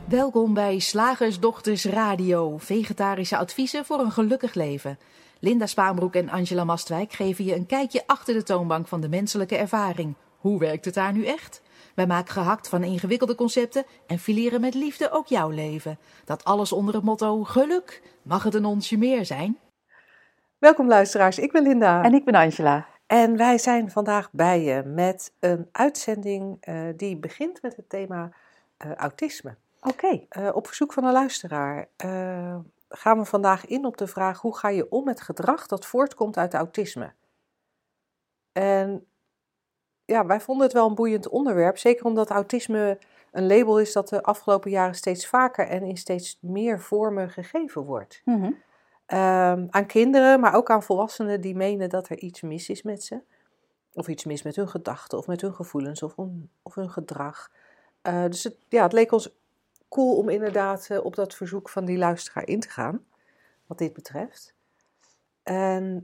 Welkom bij Slagersdochters Radio, vegetarische adviezen voor een gelukkig leven. Linda Spaanbroek en Angela Mastwijk geven je een kijkje achter de toonbank van de menselijke ervaring. Hoe werkt het daar nu echt? Wij maken gehakt van ingewikkelde concepten en fileren met liefde ook jouw leven. Dat alles onder het motto geluk. Mag het een onsje meer zijn? Welkom luisteraars, ik ben Linda. En ik ben Angela. En wij zijn vandaag bij je met een uitzending die begint met het thema autisme. Oké. Op verzoek van een luisteraar gaan we vandaag in op de vraag: hoe ga je om met gedrag dat voortkomt uit autisme? En ja, wij vonden het wel een boeiend onderwerp, zeker omdat autisme een label is dat de afgelopen jaren steeds vaker en in steeds meer vormen gegeven wordt. Mm-hmm. Aan kinderen, maar ook aan volwassenen die menen dat er iets mis is met ze. Of iets mis met hun gedachten, of met hun gevoelens, of hun gedrag. Dus het leek ons cool om inderdaad op dat verzoek van die luisteraar in te gaan, wat dit betreft. En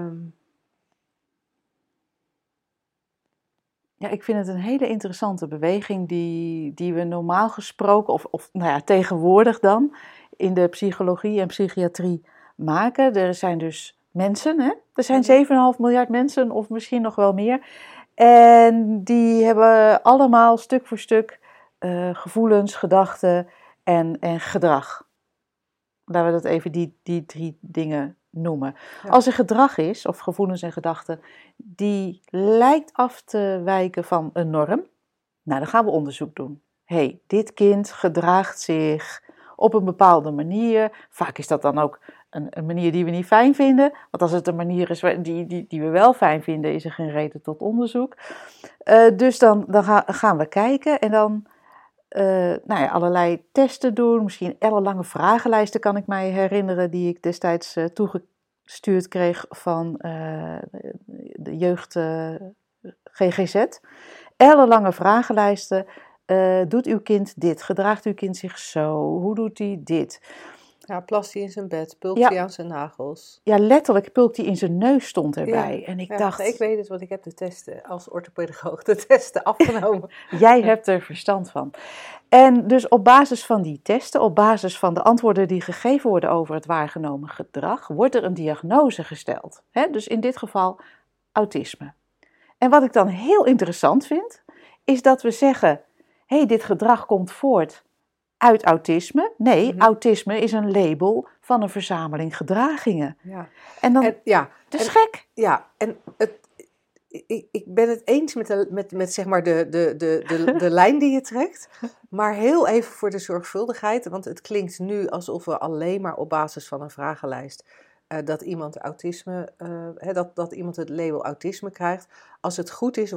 Ja, ik vind het een hele interessante beweging die we normaal gesproken, of tegenwoordig dan, in de psychologie en psychiatrie maken. Er zijn dus mensen, hè? Er zijn 7,5 miljard mensen, of misschien nog wel meer. En die hebben allemaal stuk voor stuk gevoelens, gedachten en gedrag. Laten we dat even die 3 dingen noemen. Ja. Als er gedrag is, of gevoelens en gedachten, die lijkt af te wijken van een norm, nou, dan gaan we onderzoek doen. Dit kind gedraagt zich op een bepaalde manier. Vaak is dat dan ook een manier die we niet fijn vinden. Want als het een manier is die we wel fijn vinden, is er geen reden tot onderzoek. Dus dan gaan we kijken en dan allerlei testen doen. Misschien ellenlange vragenlijsten kan ik mij herinneren die ik destijds toegestuurd kreeg van de jeugd GGZ. Ellenlange vragenlijsten. Doet uw kind dit? Gedraagt uw kind zich zo? Hoe doet hij dit? Ja, plast hij in zijn bed? Pulkt hij aan zijn nagels? Ja, letterlijk pulkt hij in zijn neus stond erbij. Ja. En ik dacht... Ik weet het, want ik heb de testen als orthopedagoog de testen afgenomen. Jij hebt er verstand van. En dus op basis van die testen, op basis van de antwoorden die gegeven worden over het waargenomen gedrag, wordt er een diagnose gesteld. Dus in dit geval autisme. En wat ik dan heel interessant vind, is dat we zeggen, dit gedrag komt voort uit autisme. Nee, Mm-hmm. Autisme is een label van een verzameling gedragingen. Ja. En dan, het is gek. Ja, en ik ben het eens met zeg maar de lijn die je trekt. Maar heel even voor de zorgvuldigheid, want het klinkt nu alsof we alleen maar op basis van een vragenlijst dat iemand autisme, dat iemand het label autisme krijgt. Als het goed is,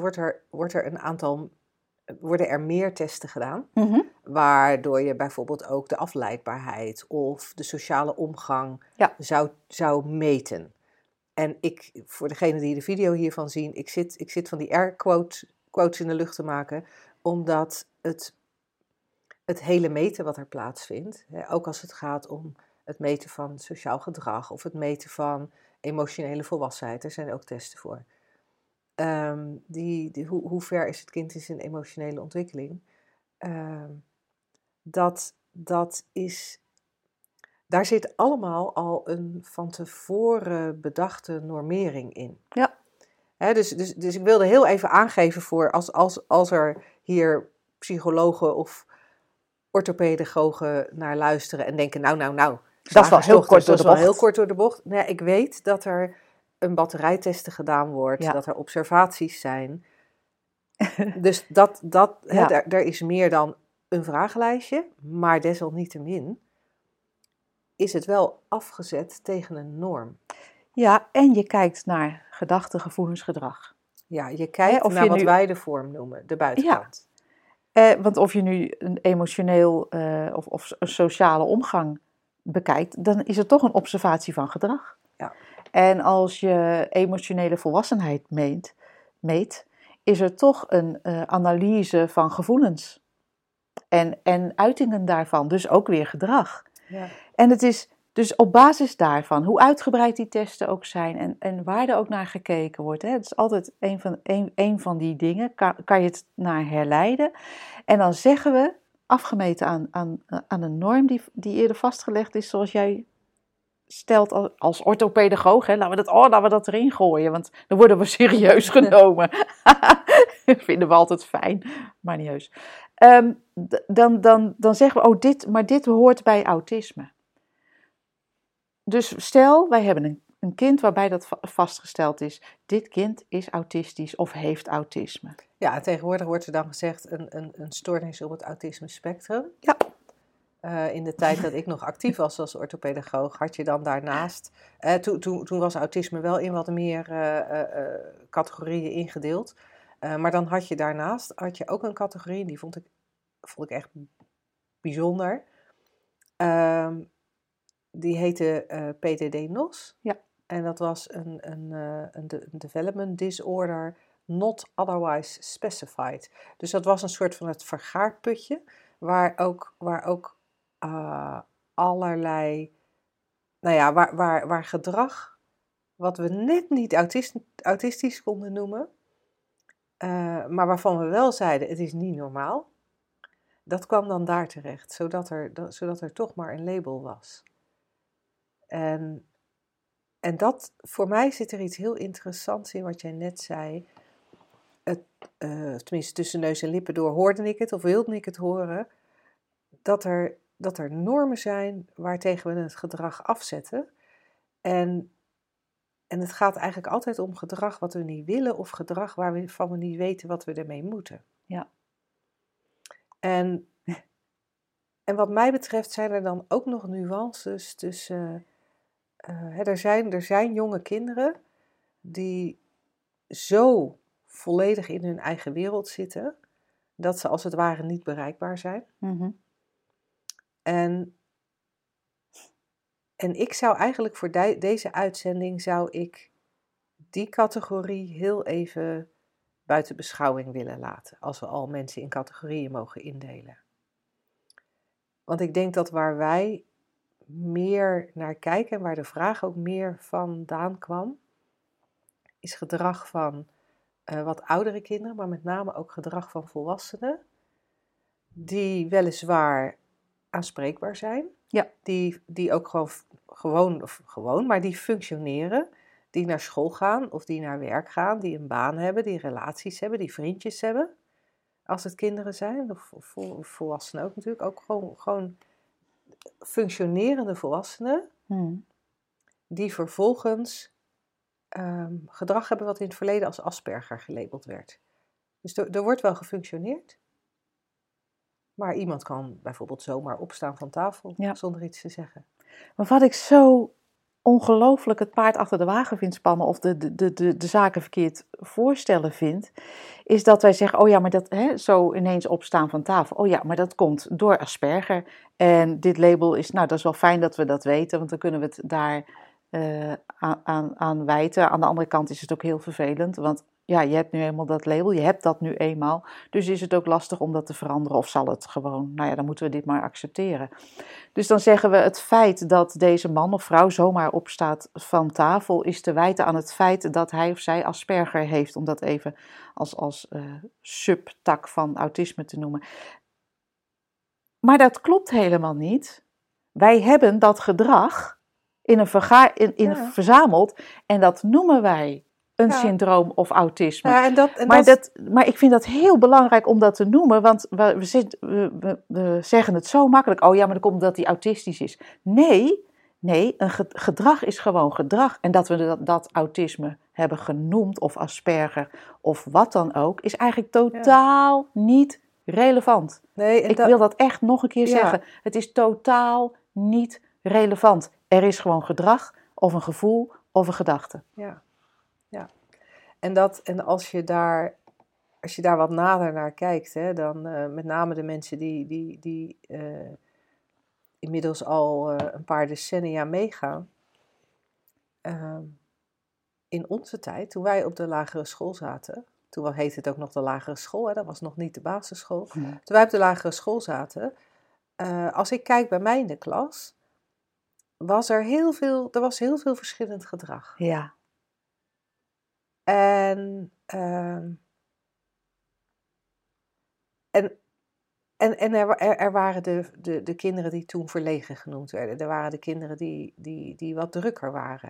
worden er meer testen gedaan, Mm-hmm. waardoor je bijvoorbeeld ook de afleidbaarheid of de sociale omgang zou meten. En voor degenen die de video hiervan zien, ik zit van die quotes in de lucht te maken, omdat het hele meten wat er plaatsvindt, ook als het gaat om het meten van sociaal gedrag of het meten van emotionele volwassenheid, er zijn ook testen voor. Hoe ver is het kind in zijn emotionele ontwikkeling? Daar zit allemaal al een van tevoren bedachte normering in. Ja. Dus ik wilde heel even aangeven voor als er hier psychologen of orthopedagogen naar luisteren en denken, nou, dat is wel heel kort door de bocht. Nee, ik weet dat er een batterijtesten gedaan wordt, dat er observaties zijn. Dus er is meer dan een vragenlijstje, maar desalniettemin is het wel afgezet tegen een norm. Ja, en je kijkt naar gedachten, gevoelens, gedrag. Ja, je kijkt naar wat wij de vorm noemen, de buitenkant. Ja. Want of je nu een emotioneel of een sociale omgang bekijkt, dan is het toch een observatie van gedrag. Ja. En als je emotionele volwassenheid meet, is er toch een analyse van gevoelens. En uitingen daarvan, dus ook weer gedrag. Ja. En het is dus op basis daarvan, hoe uitgebreid die testen ook zijn en waar er ook naar gekeken wordt. Het is altijd een van die dingen, kan je het naar herleiden. En dan zeggen we, afgemeten aan een norm die eerder vastgelegd is, zoals jij stelt als orthopedagoog. Hè, laten we dat erin gooien, want dan worden we serieus genomen. Vinden we altijd fijn, maar niet heus. Dan zeggen we, dit hoort bij autisme. Dus stel, wij hebben een kind waarbij dat vastgesteld is. Dit kind is autistisch of heeft autisme. Ja, tegenwoordig wordt er dan gezegd een stoornis op het autisme spectrum. Ja. In de tijd dat ik nog actief was als orthopedagoog, had je dan daarnaast... Toen was autisme wel in wat meer categorieën ingedeeld. Maar dan had je daarnaast ook een categorie, die vond ik echt bijzonder. Die heette PDD-NOS. Ja. En dat was een development disorder not otherwise specified. Dus dat was een soort van het vergaarputje, waar ook allerlei, waar gedrag, wat we net niet autistisch konden noemen, maar waarvan we wel zeiden, het is niet normaal, dat kwam dan daar terecht, zodat er toch maar een label was. En dat, voor mij zit er iets heel interessants in wat jij net zei. Tenminste, tussen neus en lippen door hoorde ik het, of wilde ik het horen, dat er normen zijn waartegen we het gedrag afzetten. En het gaat eigenlijk altijd om gedrag wat we niet willen, of gedrag waarvan we niet weten wat we ermee moeten. Ja. En wat mij betreft zijn er dan ook nog nuances tussen... Er zijn jonge kinderen die zo volledig in hun eigen wereld zitten, dat ze als het ware niet bereikbaar zijn. Mm-hmm. En ik zou eigenlijk voor deze uitzending, zou ik die categorie heel even buiten beschouwing willen laten, als we al mensen in categorieën mogen indelen. Want ik denk dat waar wij meer naar kijken en waar de vraag ook meer vandaan kwam, is gedrag van wat oudere kinderen, maar met name ook gedrag van volwassenen, die weliswaar aanspreekbaar zijn, ja. die ook gewoon, maar die functioneren, die naar school gaan of die naar werk gaan, die een baan hebben, die relaties hebben, die vriendjes hebben, als het kinderen zijn, of volwassenen ook natuurlijk, ook gewoon functionerende volwassenen, die vervolgens gedrag hebben wat in het verleden als Asperger gelabeld werd. Dus er wordt wel gefunctioneerd, maar iemand kan bijvoorbeeld zomaar opstaan van tafel zonder iets te zeggen. Maar wat ik zo ongelooflijk het paard achter de wagen vind spannen of de zaken verkeerd voorstellen vind, is dat wij zeggen, oh ja, maar dat zo ineens opstaan van tafel, oh ja, maar dat komt door Asperger. En dit label is, nou, dat is wel fijn dat we dat weten, want dan kunnen we het daar aan wijten. Aan de andere kant is het ook heel vervelend, want ja, je hebt nu eenmaal dat label, je hebt dat nu eenmaal, dus is het ook lastig om dat te veranderen of zal het gewoon, nou ja, dan moeten we dit maar accepteren. Dus dan zeggen we, het feit dat deze man of vrouw zomaar opstaat van tafel is te wijten aan het feit dat hij of zij Asperger heeft, om dat even als subtak van autisme te noemen. Maar dat klopt helemaal niet. Wij hebben dat gedrag verzameld en dat noemen wij een syndroom of autisme. Ja, maar ik vind dat heel belangrijk om dat te noemen, want we zeggen het zo makkelijk. Oh ja, maar dat komt omdat hij autistisch is. Nee, een gedrag is gewoon gedrag. En dat we dat autisme hebben genoemd, of Asperger, of wat dan ook, is eigenlijk totaal niet relevant. Nee, ik wil dat echt nog een keer zeggen. Het is totaal niet relevant. Er is gewoon gedrag, of een gevoel, of een gedachte. Ja. En als je daar wat nader naar kijkt, dan met name de mensen die inmiddels al een paar decennia meegaan. In onze tijd, toen wij op de lagere school zaten, toen heette het ook nog de lagere school, dat was nog niet de basisschool. Ja. Toen wij op de lagere school zaten, als ik kijk bij mij in de klas, was er heel veel verschillend gedrag. Ja. En En er waren de kinderen die toen verlegen genoemd werden. Er waren de kinderen die wat drukker waren.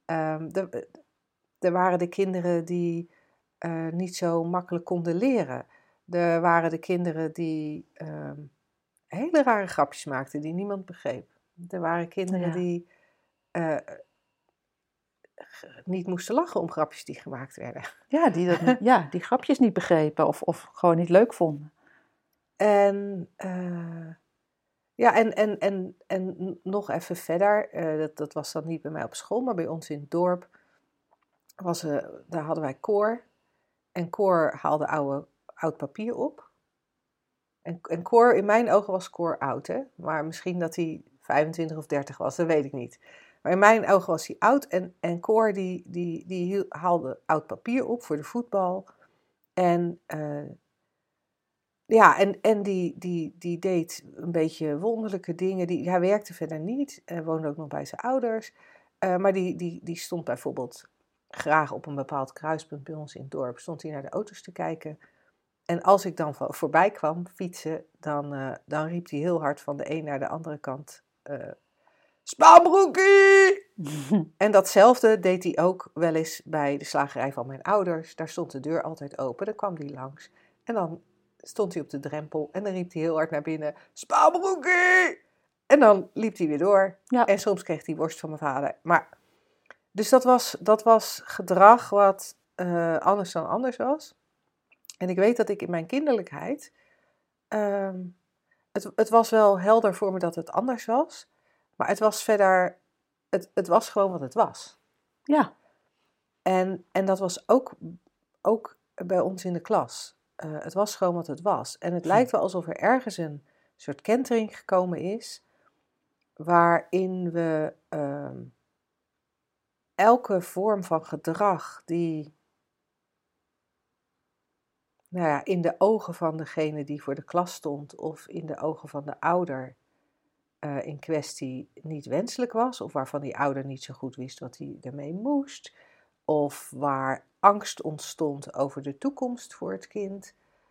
Er waren de kinderen die niet zo makkelijk konden leren. Er waren de kinderen die hele rare grapjes maakten die niemand begreep. Er waren kinderen die niet moesten lachen om grapjes die gemaakt werden. Ja, die grapjes niet begrepen of gewoon niet leuk vonden. En nog even verder, dat was dan niet bij mij op school, maar bij ons in het dorp, daar hadden wij Cor. En Cor haalde oud papier op. En Cor, in mijn ogen was Cor oud, hè? Maar misschien dat hij 25 of 30 was, dat weet ik niet. Maar in mijn ogen was hij oud en Cor die haalde oud papier op voor de voetbal. En die deed een beetje wonderlijke dingen. Hij werkte verder niet, woonde ook nog bij zijn ouders. Maar die stond bijvoorbeeld graag op een bepaald kruispunt bij ons in het dorp. Stond hij naar de auto's te kijken. En als ik dan voorbij kwam fietsen, dan riep hij heel hard van de een naar de andere kant. Spaanbroekie! En datzelfde deed hij ook wel eens bij de slagerij van mijn ouders. Daar stond de deur altijd open, dan kwam hij langs. En dan stond hij op de drempel en dan riep hij heel hard naar binnen. Spaanbroekie! En dan liep hij weer door. Ja. En soms kreeg hij worst van mijn vader. Dus dat was gedrag wat anders dan anders was. En ik weet dat ik in mijn kinderlijkheid, het was wel helder voor me dat het anders was, maar het was verder, het was gewoon wat het was. Ja. En dat was ook bij ons in de klas. Het was gewoon wat het was. En het lijkt wel alsof er ergens een soort kentering gekomen is, waarin we elke vorm van gedrag die in de ogen van degene die voor de klas stond of in de ogen van de ouder in kwestie niet wenselijk was, of waarvan die ouder niet zo goed wist wat hij ermee moest, of waar angst ontstond over de toekomst voor het kind,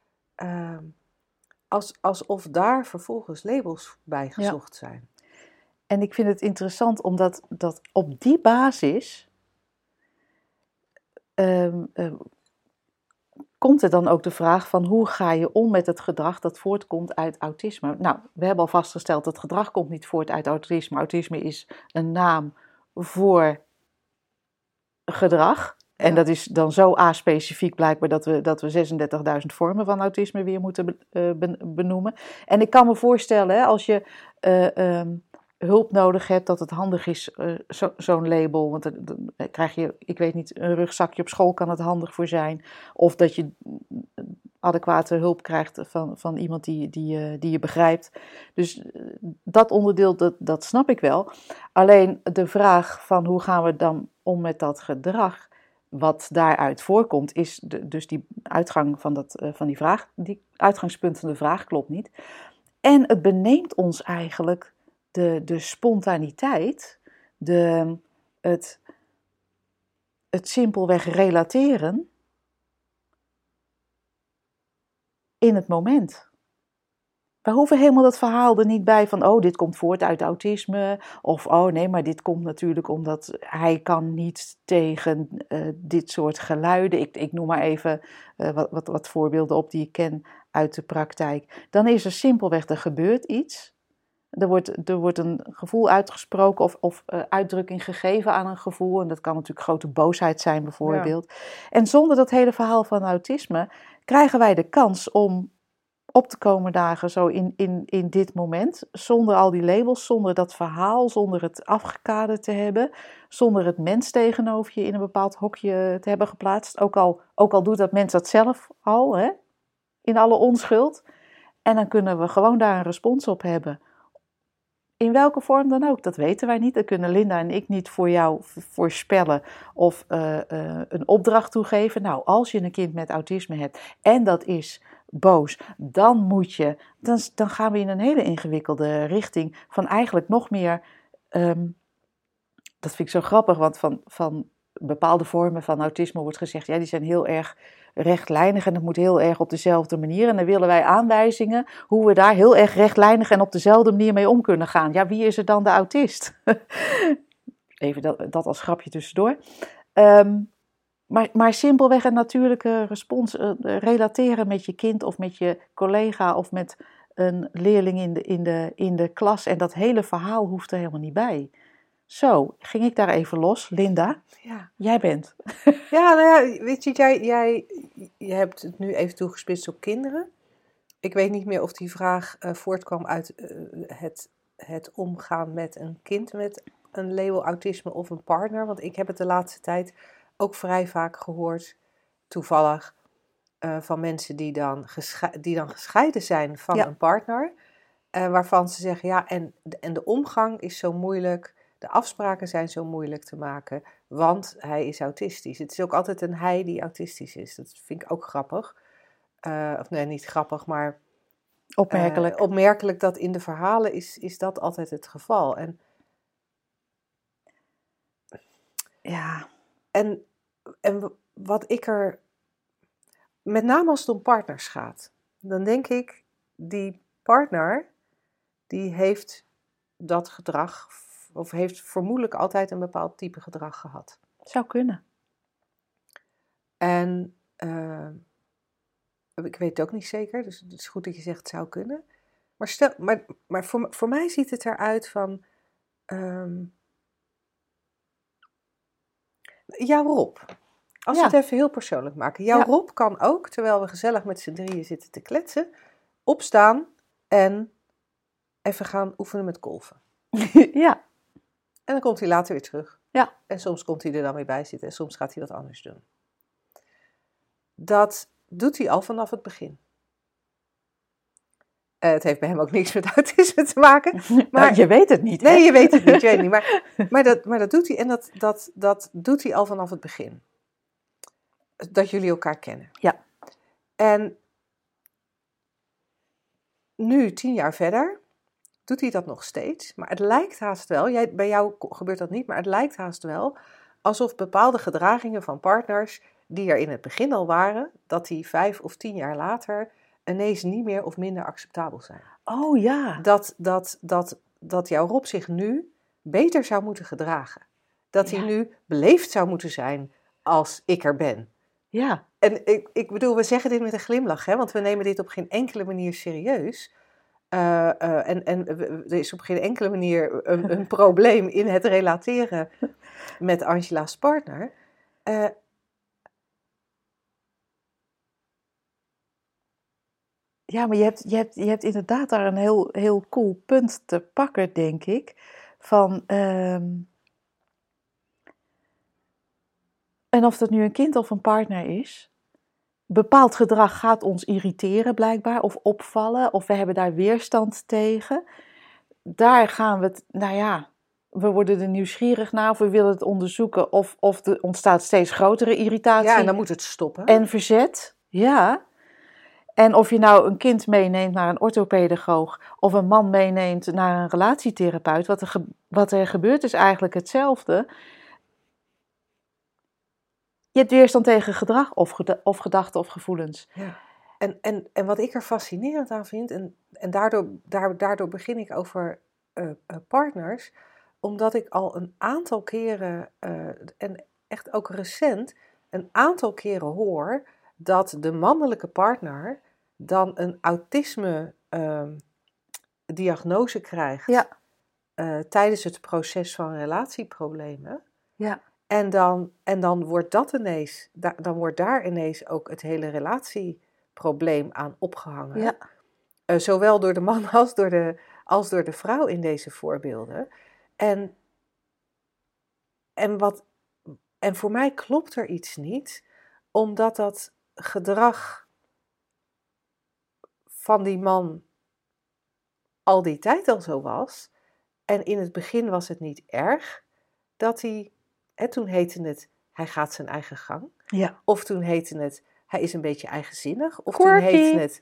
alsof daar vervolgens labels bij gezocht zijn. En ik vind het interessant omdat dat op die basis komt er dan ook de vraag van hoe ga je om met het gedrag dat voortkomt uit autisme? Nou, we hebben al vastgesteld dat gedrag komt niet voort uit autisme. Autisme is een naam voor gedrag. Ja. En dat is dan zo aspecifiek blijkbaar dat we 36.000 vormen van autisme weer moeten benoemen. En ik kan me voorstellen, hè, als je hulp nodig hebt, dat het handig is, zo'n label. Want dan krijg je, ik weet niet, een rugzakje op school kan het handig voor zijn. Of dat je adequate hulp krijgt van iemand die je begrijpt. Dus dat onderdeel, dat snap ik wel. Alleen de vraag van hoe gaan we dan om met dat gedrag, wat daaruit voorkomt, is dus die uitgang van die vraag, die uitgangspunt van de vraag klopt niet. En het beneemt ons eigenlijk de spontaniteit, het simpelweg relateren in het moment. We hoeven helemaal dat verhaal er niet bij van, oh, dit komt voort uit autisme, of oh nee, maar dit komt natuurlijk omdat hij kan niet tegen dit soort geluiden. Ik noem maar even wat voorbeelden op die ik ken uit de praktijk. Dan is er simpelweg, er gebeurt iets. Er wordt een gevoel uitgesproken of uitdrukking gegeven aan een gevoel. En dat kan natuurlijk grote boosheid zijn bijvoorbeeld. Ja. En zonder dat hele verhaal van autisme krijgen wij de kans om op te komen dagen zo in dit moment. Zonder al die labels, zonder dat verhaal, zonder het afgekaderd te hebben. Zonder het mens tegenover je in een bepaald hokje te hebben geplaatst. Ook al doet dat mens dat zelf al, hè, in alle onschuld. En dan kunnen we gewoon daar een respons op hebben. In welke vorm dan ook, dat weten wij niet. Dat kunnen Linda en ik niet voor jou voorspellen of een opdracht toegeven. Nou, als je een kind met autisme hebt en dat is boos, dan gaan we in een hele ingewikkelde richting van eigenlijk nog meer, dat vind ik zo grappig, want van bepaalde vormen van autisme wordt gezegd, ja, die zijn heel erg rechtlijnig en het moet heel erg op dezelfde manier. En dan willen wij aanwijzingen hoe we daar heel erg rechtlijnig en op dezelfde manier mee om kunnen gaan. Ja, wie is er dan de autist? Even dat als grapje tussendoor. Maar simpelweg een natuurlijke respons relateren met je kind of met je collega of met een leerling in de klas. En dat hele verhaal hoeft er helemaal niet bij. Zo, ging ik daar even los. Linda, Ja. Jij bent. Ja, nou ja, weet je, jij hebt het nu even toegespitst op kinderen. Ik weet niet meer of die vraag voortkwam uit het omgaan met een kind met een label autisme of een partner. Want ik heb het de laatste tijd ook vrij vaak gehoord, toevallig, van mensen die dan gescheiden zijn van een partner. Waarvan ze zeggen, ja, en de omgang is zo moeilijk, de afspraken zijn zo moeilijk te maken, want hij is autistisch. Het is ook altijd een hij die autistisch is. Dat vind ik ook grappig. Of nee, niet grappig, maar Opmerkelijk. Opmerkelijk dat in de verhalen is dat altijd het geval. Ja. En wat ik er, met name als het om partners gaat, dan denk ik, die partner, die heeft dat gedrag, of heeft vermoedelijk altijd een bepaald type gedrag gehad. Zou kunnen. En ik weet het ook niet zeker, dus het is goed dat je zegt het zou kunnen. Maar voor mij ziet het eruit van, jouw Rob. Als we het even heel persoonlijk maken. Jouw Rob kan ook, terwijl we gezellig met z'n drieën zitten te kletsen, opstaan en even gaan oefenen met golfen. Ja. En dan komt hij later weer terug. Ja. En soms komt hij er dan weer bij zitten en soms gaat hij wat anders doen. Dat doet hij al vanaf het begin. Het heeft bij hem ook niks met autisme te maken. Maar je weet het niet, hè? Nee, je weet het niet. Je weet niet. Maar dat doet hij en dat doet hij al vanaf het begin. Dat jullie elkaar kennen. Ja. En nu, 10 jaar verder, doet hij dat nog steeds. Maar het lijkt haast wel, bij jou gebeurt dat niet, maar het lijkt haast wel alsof bepaalde gedragingen van partners die er in het begin al waren, dat die 5 of 10 jaar later ineens niet meer of minder acceptabel zijn. Oh ja. Dat jouw Rob zich nu beter zou moeten gedragen. Dat hij nu beleefd zou moeten zijn als ik er ben. Ja. En ik bedoel, we zeggen dit met een glimlach, hè, want we nemen dit op geen enkele manier serieus. En er is op geen enkele manier een probleem in het relateren met Angela's partner. Ja, maar je hebt inderdaad daar een heel cool punt te pakken, denk ik. Van, en of dat nu een kind of een partner is, bepaald gedrag gaat ons irriteren blijkbaar, of opvallen, of we hebben daar weerstand tegen. Daar gaan we het, we worden er nieuwsgierig naar, of we willen het onderzoeken, of er ontstaat steeds grotere irritatie. Ja, en dan moet het stoppen. En verzet, ja. En of je nou een kind meeneemt naar een orthopedagoog of een man meeneemt naar een relatietherapeut, wat er gebeurt is eigenlijk hetzelfde. Je hebt weerstand tegen gedrag of gedachten of gevoelens. Ja. En wat ik er fascinerend aan vind, en daardoor begin ik over partners, omdat ik al een aantal keren, en echt ook recent, een aantal keren hoor dat de mannelijke partner dan een autisme-diagnose krijgt tijdens het proces van relatieproblemen. Ja. En dan wordt dan wordt daar ineens ook het hele relatieprobleem aan opgehangen. Ja. Zowel door de man als door de vrouw in deze voorbeelden. En voor mij klopt er iets niet, omdat dat gedrag van die man al die tijd al zo was. En in het begin was het niet erg dat hij, toen heette het, hij gaat zijn eigen gang. Ja. Of toen heette het, hij is een beetje eigenzinnig. Of Quirky. Toen heette het,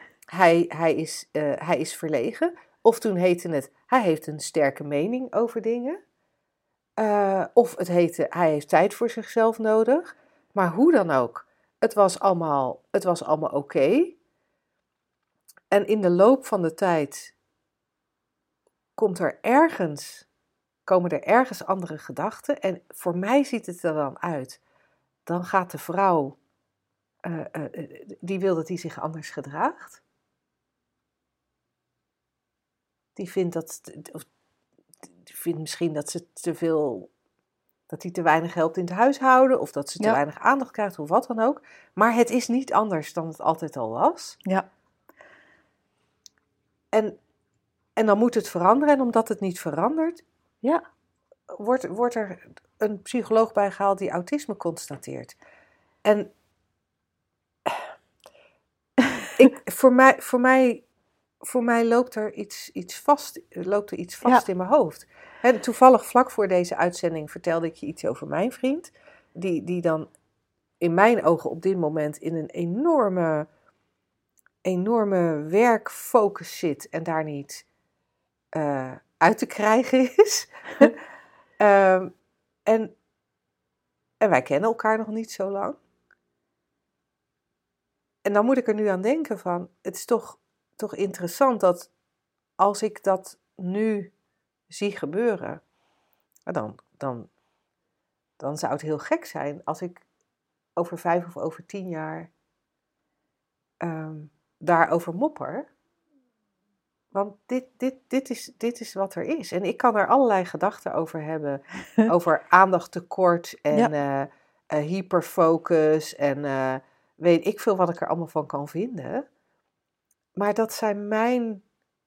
hij is verlegen. Of toen heette het, hij heeft een sterke mening over dingen. Of het heette, hij heeft tijd voor zichzelf nodig. Maar hoe dan ook, het was allemaal oké. En in de loop van de tijd komen er ergens andere gedachten. En voor mij ziet het er dan uit. Dan gaat de vrouw, die wil dat hij zich anders gedraagt. Die vindt misschien dat ze dat hij te weinig helpt in het huishouden, of dat ze te weinig aandacht krijgt, of wat dan ook. Maar het is niet anders dan het altijd al was. Ja. En dan moet het veranderen. En omdat het niet verandert, wordt er een psycholoog bij gehaald die autisme constateert. En voor mij loopt er iets vast in mijn hoofd. En toevallig vlak voor deze uitzending vertelde ik je iets over mijn vriend. Die dan in mijn ogen op dit moment in een enorme werkfocus zit en daar niet uit te krijgen is. En wij kennen elkaar nog niet zo lang. En dan moet ik er nu aan denken van, het is toch interessant dat als ik dat nu zie gebeuren, dan zou het heel gek zijn als ik over 5 of over 10 jaar daarover mopper. Want dit is wat er is. En ik kan er allerlei gedachten over hebben. Over aandachttekort en hyperfocus en weet ik veel wat ik er allemaal van kan vinden. Maar dat zijn mijn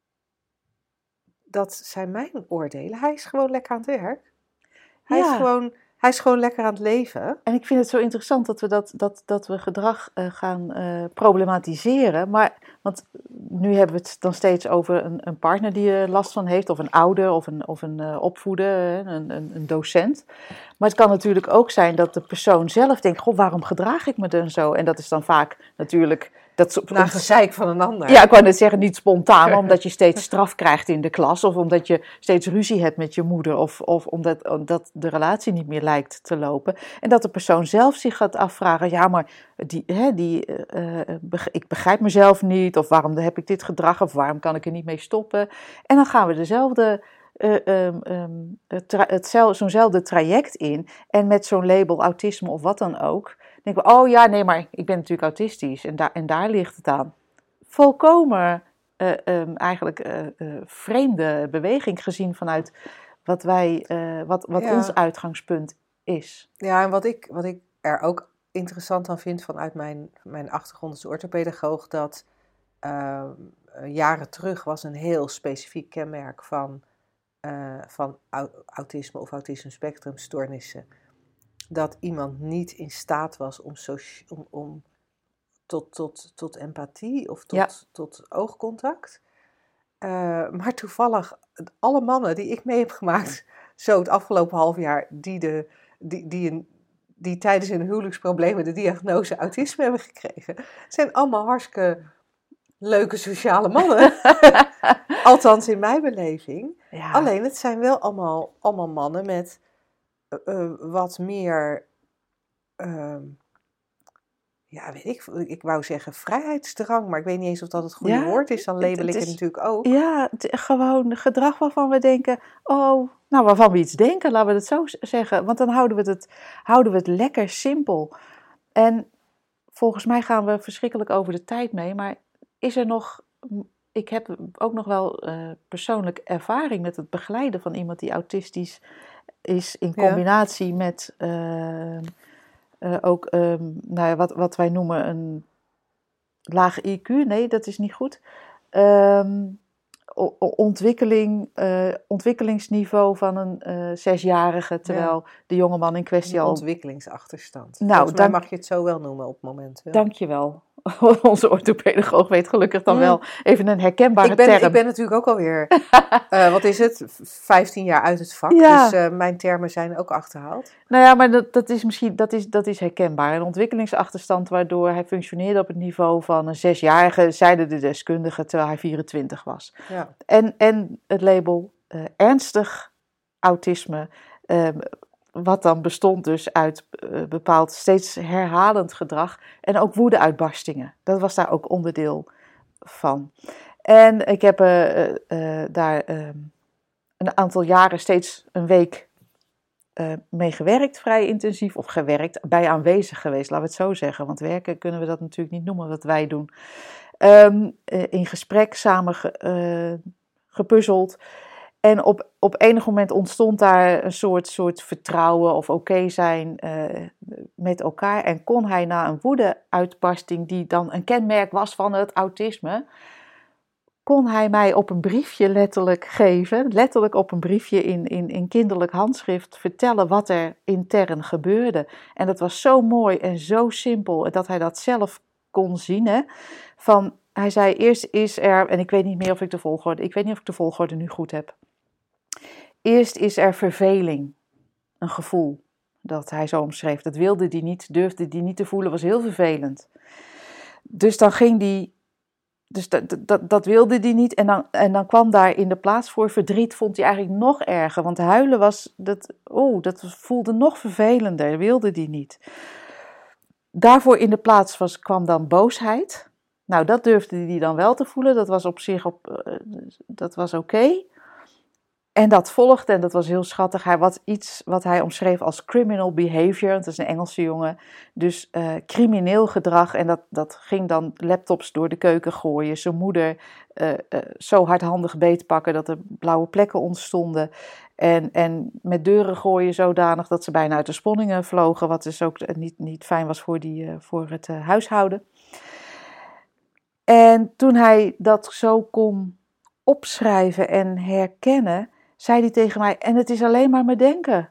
oordelen. Hij is gewoon lekker aan het werk. Hij is gewoon lekker aan het leven. En ik vind het zo interessant dat we gedrag gaan problematiseren. Want nu hebben we het dan steeds over een partner die er last van heeft. Of een ouder of een opvoeder, een docent. Maar het kan natuurlijk ook zijn dat de persoon zelf denkt, goh, waarom gedraag ik me dan zo? En dat is dan vaak natuurlijk... Na gezeik van een ander. Ja, ik wou net zeggen, niet spontaan, maar omdat je steeds straf krijgt in de klas. Of omdat je steeds ruzie hebt met je moeder. Of omdat de relatie niet meer lijkt te lopen. En dat de persoon zelf zich gaat afvragen, ja, maar ik begrijp mezelf niet. Of waarom heb ik dit gedrag? Of waarom kan ik er niet mee stoppen? En dan gaan we zo'nzelfde traject in. En met zo'n label autisme of wat dan ook... denk ik, oh ja, nee, maar ik ben natuurlijk autistisch en daar ligt het aan. Volkomen vreemde beweging gezien vanuit wat ons uitgangspunt is. Ja, en wat ik er ook interessant aan vind vanuit mijn achtergrond als orthopedagoog, dat jaren terug was een heel specifiek kenmerk van autisme of autisme spectrumstoornissen. Dat iemand niet in staat was om tot empathie of tot oogcontact. Maar toevallig, alle mannen die ik mee heb gemaakt, zo het afgelopen half jaar, die tijdens hun huwelijksproblemen de diagnose autisme hebben gekregen, zijn allemaal hartstikke leuke sociale mannen. Althans in mijn beleving. Ja. Alleen het zijn wel allemaal mannen met wat meer, ik wou zeggen vrijheidsdrang, maar ik weet niet eens of dat het goede woord is, dan label ik het natuurlijk ook. Ja, gewoon gedrag waarvan we denken, waarvan we iets denken, laten we het zo zeggen, want dan houden we het lekker simpel. En volgens mij gaan we verschrikkelijk over de tijd mee, maar is er nog... Ik heb ook nog wel persoonlijk ervaring met het begeleiden van iemand die autistisch is in combinatie met ook wat wij noemen een laag IQ. Nee, dat is niet goed. Ontwikkelingsniveau van een 6-jarige, terwijl de jongeman in kwestie al... Ontwikkelingsachterstand. Volgens mij mag je het zo wel noemen op het moment. Ja. Dank je wel. Onze orthopedagoog weet gelukkig dan wel even een herkenbare term. Ik ben natuurlijk ook alweer, 15 jaar uit het vak. Ja. Dus mijn termen zijn ook achterhaald. Nou ja, maar dat is herkenbaar. Een ontwikkelingsachterstand waardoor hij functioneerde op het niveau van een 6-jarige, zeiden de deskundigen, terwijl hij 24 was. Ja. En het label ernstig autisme wat dan bestond dus uit bepaald steeds herhalend gedrag en ook woedeuitbarstingen. Dat was daar ook onderdeel van. En ik heb daar een aantal jaren steeds een week mee gewerkt, vrij intensief. Of gewerkt, bij aanwezig geweest, laten we het zo zeggen. Want werken kunnen we dat natuurlijk niet noemen wat wij doen. In gesprek, samen gepuzzeld. En op enig moment ontstond daar een soort vertrouwen of oké zijn met elkaar. En kon hij na een woedeuitbarsting, die dan een kenmerk was van het autisme, kon hij mij op een briefje letterlijk op een briefje in kinderlijk handschrift, vertellen wat er intern gebeurde. En dat was zo mooi en zo simpel, dat hij dat zelf kon zien. Hè? Hij zei, eerst is er, en ik weet niet of ik de volgorde nu goed heb. Eerst is er verveling, een gevoel dat hij zo omschreef. Dat wilde hij niet, durfde hij niet te voelen, was heel vervelend. Dus dan ging hij, dat wilde hij niet. En dan kwam daar in de plaats voor verdriet, vond hij eigenlijk nog erger. Want huilen dat voelde nog vervelender, dat wilde hij niet. Daarvoor in de plaats kwam dan boosheid. Nou, dat durfde hij dan wel te voelen, dat was op zich dat was oké. En dat volgde, en dat was heel schattig. Hij had iets wat hij omschreef als criminal behavior. Dat is een Engelse jongen. Dus crimineel gedrag. En dat ging dan laptops door de keuken gooien. Zijn moeder zo hardhandig beetpakken dat er blauwe plekken ontstonden. En met deuren gooien zodanig dat ze bijna uit de sponningen vlogen. Wat dus ook niet fijn was voor het huishouden. En toen hij dat zo kon opschrijven en herkennen, zei hij tegen mij, en het is alleen maar mijn denken.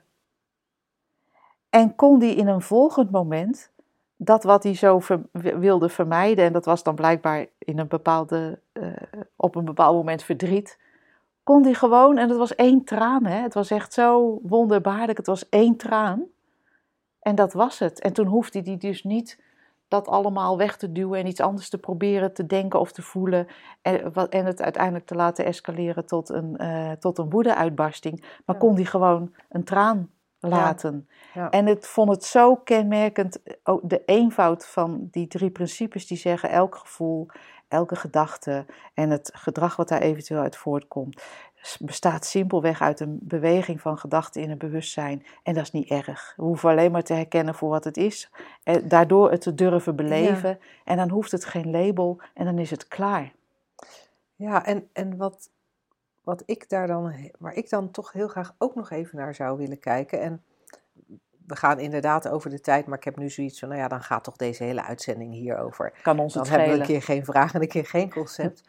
En kon hij in een volgend moment, dat wat hij zo wilde vermijden, en dat was dan blijkbaar op een bepaald moment verdriet, kon hij gewoon, en het was 1 traan, hè? Het was echt zo wonderbaarlijk, het was 1 traan. En dat was het. En toen hoefde hij dus niet dat allemaal weg te duwen en iets anders te proberen te denken of te voelen en het uiteindelijk te laten escaleren tot een woedeuitbarsting. Maar kon hij gewoon een traan laten. Ja. En ik vond het zo kenmerkend, ook de eenvoud van die 3 principes die zeggen elk gevoel, elke gedachte en het gedrag wat daar eventueel uit voortkomt, bestaat simpelweg uit een beweging van gedachten in het bewustzijn. En dat is niet erg. We hoeven alleen maar te herkennen voor wat het is. Daardoor het te durven beleven. Ja. En dan hoeft het geen label en dan is het klaar. Ja, en waar ik dan toch heel graag ook nog even naar zou willen kijken. En we gaan inderdaad over de tijd, maar ik heb nu zoiets van, dan gaat toch deze hele uitzending hierover. Kan ons dan het hebben schelen. we een keer geen vraag en een keer geen concept.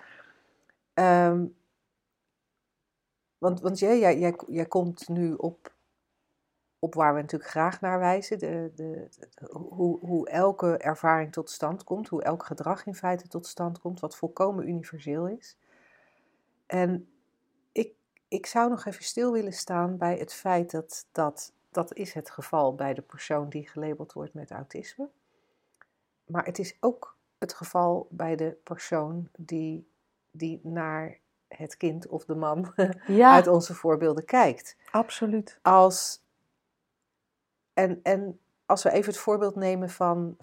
Want jij komt nu op waar we natuurlijk graag naar wijzen. Hoe elke ervaring tot stand komt. Hoe elk gedrag in feite tot stand komt. Wat volkomen universeel is. En ik zou nog even stil willen staan bij het feit dat is het geval bij de persoon die gelabeld wordt met autisme. Maar het is ook het geval bij de persoon die naar het kind of de man uit onze voorbeelden kijkt. Absoluut. En als we even het voorbeeld nemen van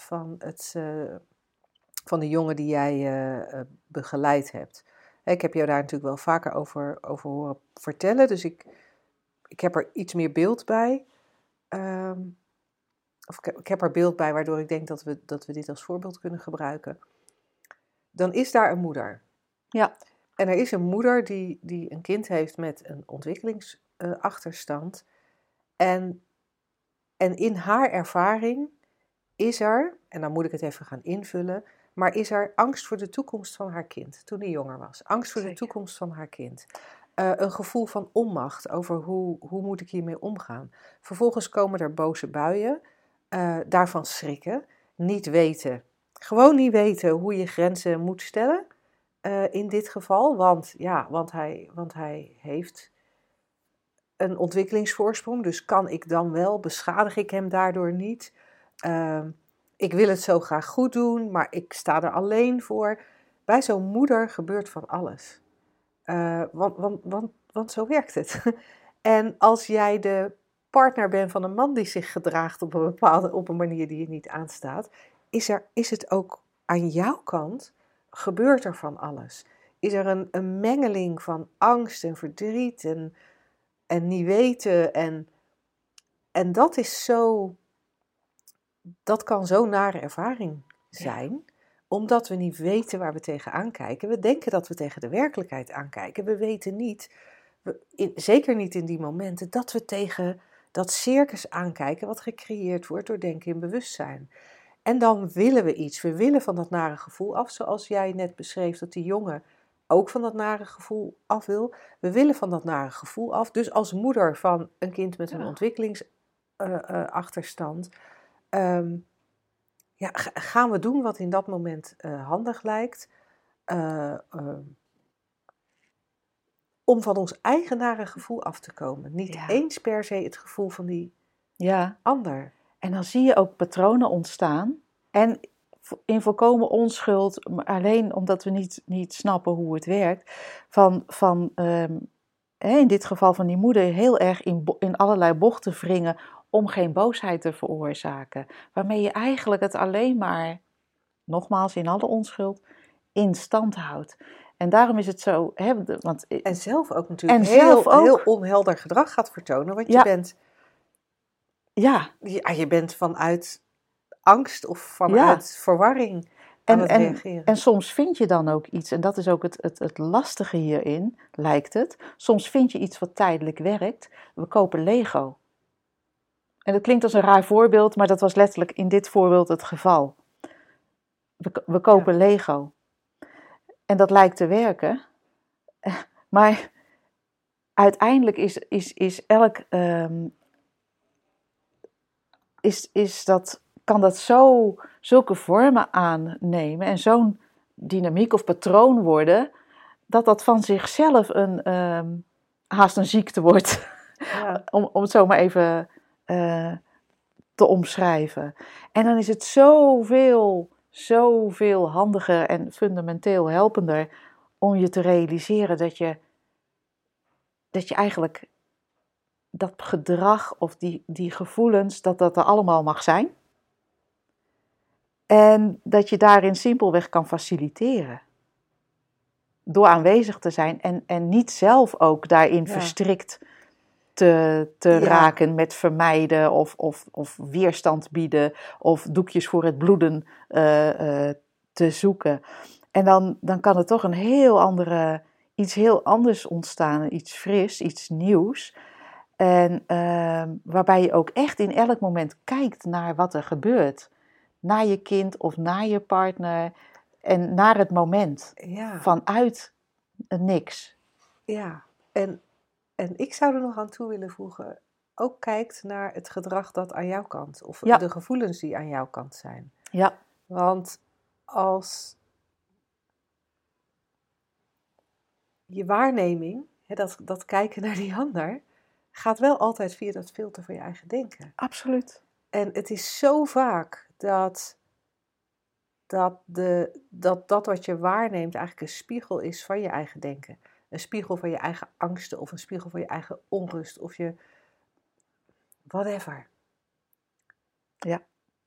de jongen die jij begeleid hebt. Ik heb jou daar natuurlijk wel vaker over horen vertellen, dus ik heb er iets meer beeld bij. Ik heb er beeld bij waardoor ik denk dat we dit als voorbeeld kunnen gebruiken. Dan is daar een moeder. Ja. En er is een moeder die een kind heeft met een ontwikkelingsachterstand. En in haar ervaring is er, en dan moet ik het even gaan invullen, maar is er angst voor de toekomst van haar kind, toen hij jonger was. Angst voor de toekomst van haar kind. Een gevoel van onmacht over hoe moet ik hiermee omgaan. Vervolgens komen er boze buien, daarvan schrikken, gewoon niet weten hoe je grenzen moet stellen. In dit geval, want hij heeft een ontwikkelingsvoorsprong, dus kan ik dan wel, beschadig ik hem daardoor niet. Ik wil het zo graag goed doen, maar ik sta er alleen voor. Bij zo'n moeder gebeurt van alles. Want zo werkt het. En als jij partner ben van een man die zich gedraagt op een manier die je niet aanstaat, is het ook aan jouw kant, gebeurt er van alles. Is er een mengeling van angst en verdriet en niet weten en dat is zo, dat kan zo'n nare ervaring zijn, omdat we niet weten waar we tegenaan kijken. We denken dat we tegen de werkelijkheid aankijken. We weten niet, zeker niet in die momenten, dat we tegen dat circus aankijken wat gecreëerd wordt door denken in bewustzijn. En dan willen we iets. We willen van dat nare gevoel af, zoals jij net beschreef dat die jongen ook van dat nare gevoel af wil. We willen van dat nare gevoel af. Dus als moeder van een kind met een ontwikkelingsachterstand, gaan we doen wat in dat moment handig lijkt. Om van ons eigen nare gevoel af te komen. Niet eens per se het gevoel van die ander. En dan zie je ook patronen ontstaan. En in volkomen onschuld, alleen omdat we niet snappen hoe het werkt. In dit geval van die moeder heel erg in allerlei bochten wringen om geen boosheid te veroorzaken. Waarmee je eigenlijk het alleen maar, nogmaals in alle onschuld, in stand houdt. En daarom is het zo... en zelf ook natuurlijk heel onhelder gedrag gaat vertonen. Want je bent... je bent vanuit angst of vanuit verwarring aan het reageren. En soms vind je dan ook iets, en dat is ook het lastige hierin, lijkt het. Soms vind je iets wat tijdelijk werkt. We kopen Lego. En dat klinkt als een raar voorbeeld, maar dat was letterlijk in dit voorbeeld het geval. We kopen Lego. En dat lijkt te werken. Maar uiteindelijk kan dat zulke vormen aannemen en zo'n dynamiek of patroon worden, dat van zichzelf haast een ziekte wordt. Ja. om het zo maar even te omschrijven. En dan is het zoveel handiger en fundamenteel helpender om je te realiseren dat je eigenlijk dat gedrag of die gevoelens, dat er allemaal mag zijn. En dat je daarin simpelweg kan faciliteren. Door aanwezig te zijn en niet zelf ook daarin verstrikt te raken met vermijden of weerstand bieden of doekjes voor het bloeden te zoeken. En dan kan er toch iets heel anders ontstaan, iets fris, iets nieuws. En waarbij je ook echt in elk moment kijkt naar wat er gebeurt. Naar je kind of naar je partner en naar het moment. Vanuit niks. Ja, en ik zou er nog aan toe willen voegen, ook kijkt naar het gedrag dat aan jouw kant, of de gevoelens die aan jouw kant zijn. Ja. Want als je waarneming, dat kijken naar die ander, gaat wel altijd via dat filter van je eigen denken. Absoluut. En het is zo vaak dat wat je waarneemt eigenlijk een spiegel is van je eigen denken. Een spiegel van je eigen angsten of een spiegel van je eigen onrust of je whatever. Ja.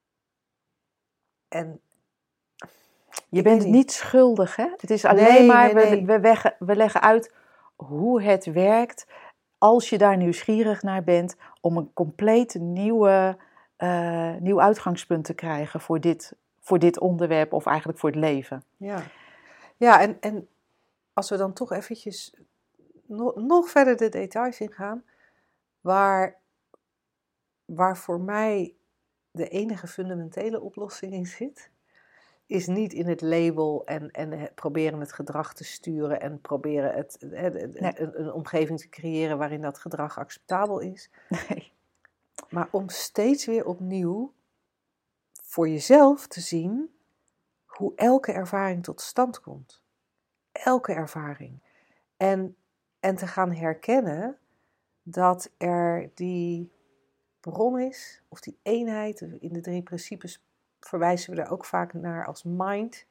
En je bent niet schuldig, hè? Het is alleen we leggen uit hoe het werkt als je daar nieuwsgierig naar bent om een compleet nieuw uitgangspunt te krijgen voor dit onderwerp of eigenlijk voor het leven. Ja, en als we dan toch eventjes nog verder de details ingaan, waar voor mij de enige fundamentele oplossing in zit, is niet in het label en proberen het gedrag te sturen en proberen een omgeving te creëren waarin dat gedrag acceptabel is. Nee. Maar om steeds weer opnieuw voor jezelf te zien hoe elke ervaring tot stand komt. Elke ervaring. En te gaan herkennen dat er die bron is, of die eenheid, in de 3 principes verwijzen we er ook vaak naar als mind.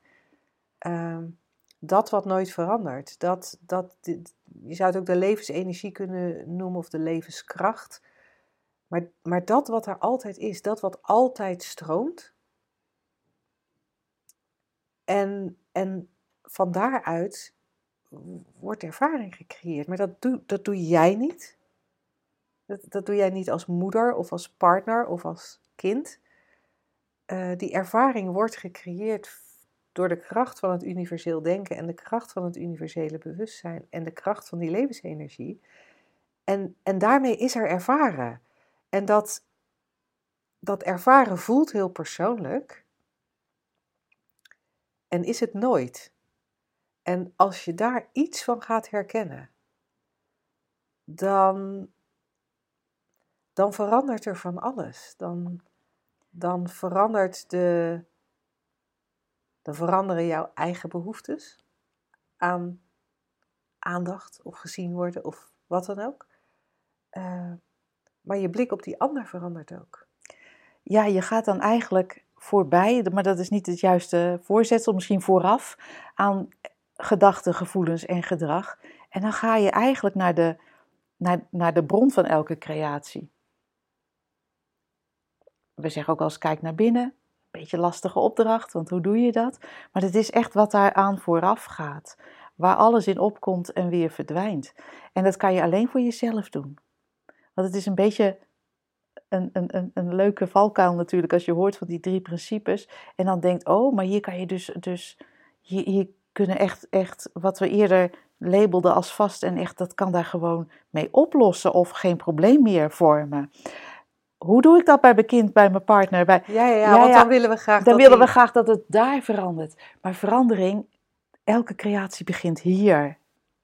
Dat wat nooit verandert. Je zou het ook de levensenergie kunnen noemen of de levenskracht. Maar dat wat er altijd is, dat wat altijd stroomt. En van daaruit wordt ervaring gecreëerd. Maar dat doe jij niet. Dat doe jij niet als moeder of als partner of als kind. Die ervaring wordt gecreëerd door de kracht van het universeel denken en de kracht van het universele bewustzijn en de kracht van die levensenergie. En daarmee is er ervaren. En dat ervaren voelt heel persoonlijk en is het nooit. En als je daar iets van gaat herkennen, dan verandert er van alles. Dan veranderen jouw eigen behoeftes aan aandacht of gezien worden of wat dan ook. Maar je blik op die ander verandert ook. Ja, je gaat dan eigenlijk voorbij, maar dat is niet het juiste voorzetsel, misschien vooraf, aan gedachten, gevoelens en gedrag. En dan ga je eigenlijk naar de bron van elke creatie. We zeggen ook wel eens, kijk naar binnen. Een beetje lastige opdracht, want hoe doe je dat? Maar het is echt wat daar aan vooraf gaat. Waar alles in opkomt en weer verdwijnt. En dat kan je alleen voor jezelf doen. Want het is een beetje een leuke valkuil natuurlijk als je hoort van die 3 principes. En dan denkt, oh, maar hier kan je dus hier kunnen echt wat we eerder labelden als vast en echt, dat kan daar gewoon mee oplossen of geen probleem meer vormen. Hoe doe ik dat bij mijn kind, bij mijn partner? Want dan willen we graag dat het daar verandert. Maar verandering, elke creatie begint hier.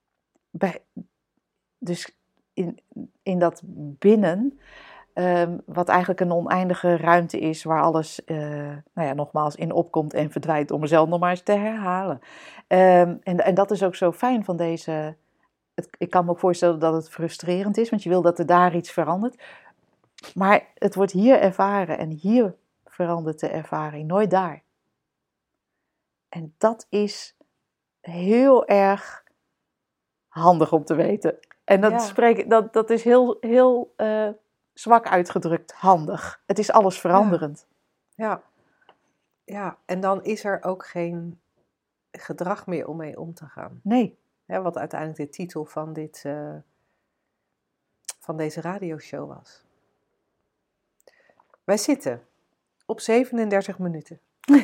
Dus in dat binnen, wat eigenlijk een oneindige ruimte is, waar alles, nogmaals, in opkomt en verdwijnt, om mezelf nog maar eens te herhalen. En dat is ook zo fijn van deze. Ik kan me ook voorstellen dat het frustrerend is, want je wil dat er daar iets verandert. Maar het wordt hier ervaren en hier verandert de ervaring, nooit daar. En dat is heel erg handig om te weten. En dat is heel zwak uitgedrukt handig. Het is alles veranderend. Ja, en dan is er ook geen gedrag meer om mee om te gaan. Nee. Ja, wat uiteindelijk de titel van deze radioshow was. Wij zitten op 37 minuten.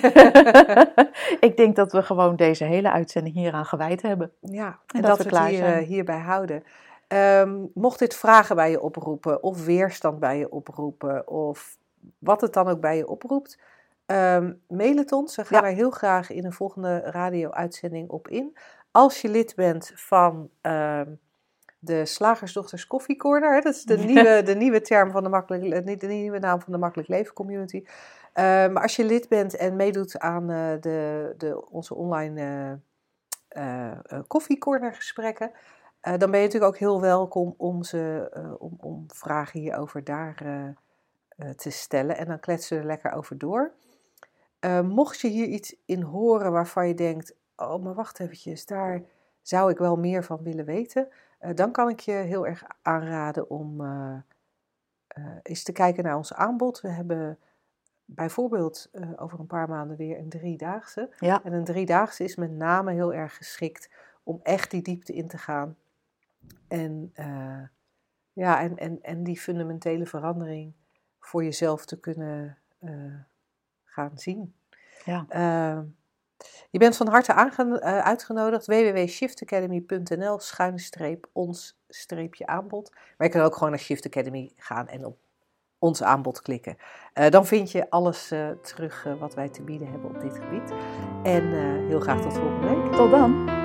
Ik denk dat we gewoon deze hele uitzending hieraan gewijd hebben. Ja, en dat we het hierbij houden. Mocht dit vragen bij je oproepen of weerstand bij je oproepen of wat het dan ook bij je oproept, mail het ons. We gaan er heel graag in een volgende radio-uitzending op in. Als je lid bent van de Slagersdochters Coffee Corner, hè, dat is de nieuwe term van de nieuwe naam van de Makkelijk Leven Community. Maar als je lid bent en meedoet aan onze online Coffee Corner gesprekken, dan ben je natuurlijk ook heel welkom om vragen hierover daar te stellen. En dan kletsen we er lekker over door. Mocht je hier iets in horen waarvan je denkt, oh, maar wacht eventjes, daar zou ik wel meer van willen weten, dan kan ik je heel erg aanraden om eens te kijken naar ons aanbod. We hebben bijvoorbeeld over een paar maanden weer een 3-daagse. Ja. En een 3-daagse is met name heel erg geschikt om echt die diepte in te gaan. En die fundamentele verandering voor jezelf te kunnen gaan zien. Ja. Je bent van harte uitgenodigd. www.shiftacademy.nl/ons-aanbod. Maar je kan ook gewoon naar Shift Academy gaan en op ons aanbod klikken. Dan vind je alles terug wat wij te bieden hebben op dit gebied. En heel graag tot volgende week. Tot dan.